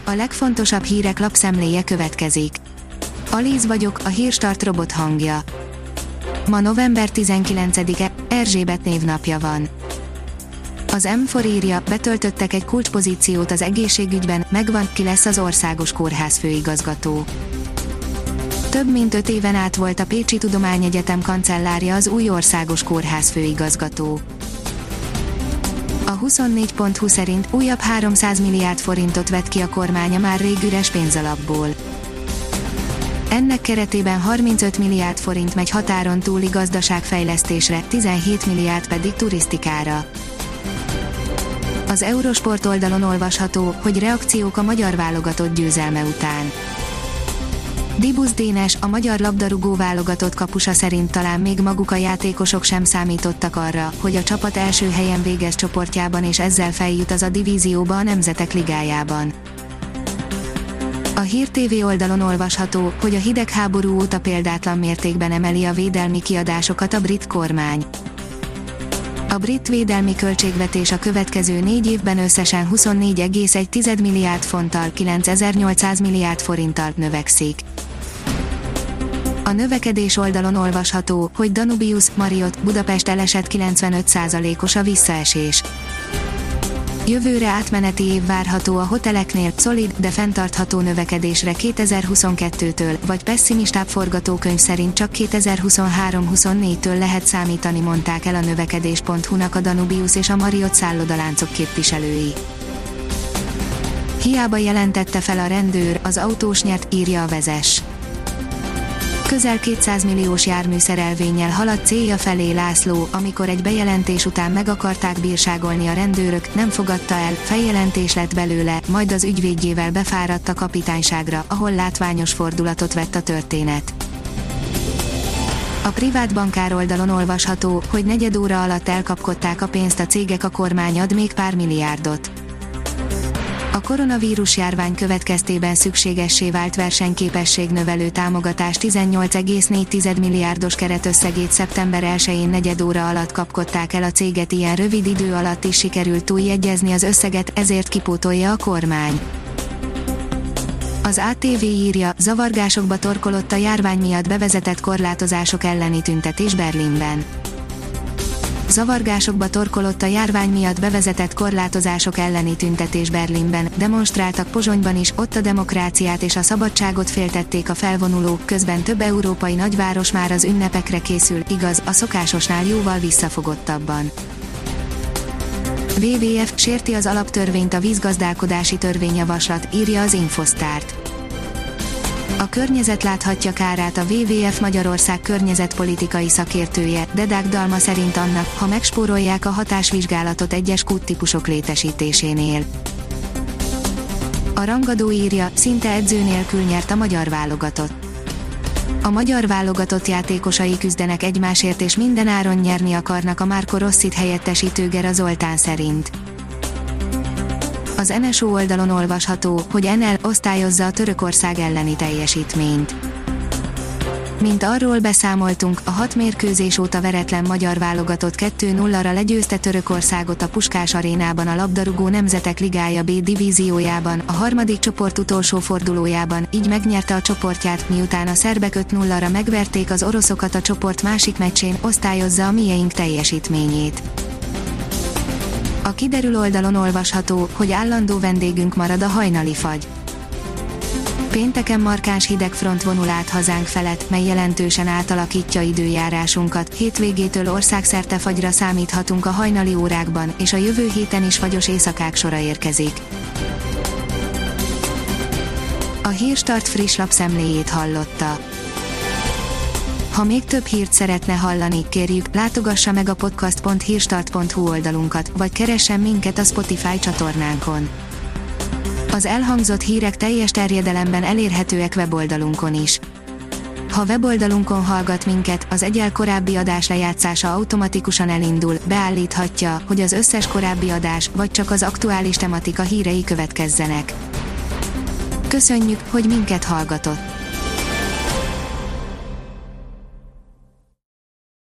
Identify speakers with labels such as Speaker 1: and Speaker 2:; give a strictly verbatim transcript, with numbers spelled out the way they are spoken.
Speaker 1: A legfontosabb hírek lapszemléje következik. Alíz vagyok, a Hírstart robot hangja. Ma november tizenkilencedike, Erzsébet névnapja van. Az M négy írja, betöltöttek egy kulcspozíciót az egészségügyben, megvan, ki lesz az országos kórház főigazgató. Több mint öt éven át volt a Pécsi Tudományegyetem kancellárja az új országos kórház főigazgató. A huszonnégy pont hu szerint újabb háromszáz milliárd forintot vett ki a kormány a már rég üres pénzalapból. Ennek keretében harmincöt milliárd forint megy határon túli gazdaságfejlesztésre, tizenhét milliárd pedig turisztikára. Az Eurosport oldalon olvasható, hogy reakciók a magyar válogatott győzelme után. Dibusz Dénes, a magyar labdarúgó válogatott kapusa szerint talán még maguk a játékosok sem számítottak arra, hogy a csapat első helyen végez csoportjában és ezzel feljut az A divízióba a Nemzetek Ligájában. A Hír té vé oldalon olvasható, hogy a hidegháború óta példátlan mértékben emeli a védelmi kiadásokat a brit kormány. A brit védelmi költségvetés a következő négy évben összesen huszonnégy egész egy milliárd fonttal, kilencezer-nyolcszáz milliárd forinttal növekszik. A növekedés oldalon olvasható, hogy Danubius, Marriott, Budapest elesett kilencvenöt százalékos a visszaesés. Jövőre átmeneti év várható a hoteleknél, szolid, de fenntartható növekedésre kétezer-huszonkettőtől, vagy pesszimistább forgatókönyv szerint csak kétezer-huszonhárom-huszonnégytől lehet számítani, mondták el a növekedés pont hu-nak a Danubius és a Marriott szállodaláncok képviselői. Hiába jelentette fel a rendőr, az autós nyert, írja a Vezes. Közel kétszáz milliós járműszerelvénnyel haladt célja felé László, amikor egy bejelentés után meg akarták bírságolni a rendőrök, nem fogadta el, feljelentés lett belőle, majd az ügyvédjével befáradt a kapitányságra, ahol látványos fordulatot vett a történet. A privát bankár oldalon olvasható, hogy negyed óra alatt elkapkodták a pénzt a cégek, a kormány ad még pár milliárdot. A koronavírus járvány következtében szükségessé vált versenyképességnövelő támogatás tizennyolc egész négy milliárdos keretösszegét szeptember elsején negyed óra alatt kapkodták el a céget, ilyen rövid idő alatt is sikerült túljegyezni az összeget, ezért kipótolja a kormány. Az á té vé írja, zavargásokba torkolott a járvány miatt bevezetett korlátozások elleni tüntetés Berlinben. Zavargásokba torkolott a járvány miatt bevezetett korlátozások elleni tüntetés Berlinben, demonstráltak Pozsonyban is, ott a demokráciát és a szabadságot féltették a felvonulók, közben több európai nagyváros már az ünnepekre készül, igaz, a szokásosnál jóval visszafogottabban. dupla vé vé ef sérti az alaptörvényt a vízgazdálkodási törvényjavaslat, írja az Infosztárt. A környezet láthatja kárát, a dupla vé vé ef Magyarország környezetpolitikai szakértője, Dedák Dalma szerint annak, ha megspórolják a hatásvizsgálatot egyes kúttípusok létesítésénél. A rangadó írja, szinte edző nélkül nyert a magyar válogatott. A magyar válogatott játékosai küzdenek egymásért és minden áron nyerni akarnak, a Marco Rossit helyettesítő Gera Zoltán szerint. Az en es o oldalon olvasható, hogy en el osztályozza a Törökország elleni teljesítményt. Mint arról beszámoltunk, a hat mérkőzés óta veretlen magyar válogatott kettő nulla-ra legyőzte Törökországot a Puskás arénában a labdarúgó Nemzetek Ligája B divíziójában, a harmadik csoport utolsó fordulójában, így megnyerte a csoportját, miután a szerbek öt nulla-ra megverték az oroszokat a csoport másik meccsén, osztályozza a mieink teljesítményét. A kiderül oldalon olvasható, hogy állandó vendégünk marad a hajnali fagy. Pénteken markáns hidegfront vonul át hazánk felett, mely jelentősen átalakítja időjárásunkat, hétvégétől országszerte fagyra számíthatunk a hajnali órákban, és a jövő héten is fagyos éjszakák sora érkezik. A Hírstart friss lapszemléjét hallotta. Ha még több hírt szeretne hallani, kérjük, látogassa meg a podcast pont hírstart pont hu oldalunkat, vagy keressen minket a Spotify csatornánkon. Az elhangzott hírek teljes terjedelemben elérhetőek weboldalunkon is. Ha weboldalunkon hallgat minket, az egyel korábbi adás lejátszása automatikusan elindul, beállíthatja, hogy az összes korábbi adás, vagy csak az aktuális tematika hírei következzenek. Köszönjük, hogy minket hallgatott!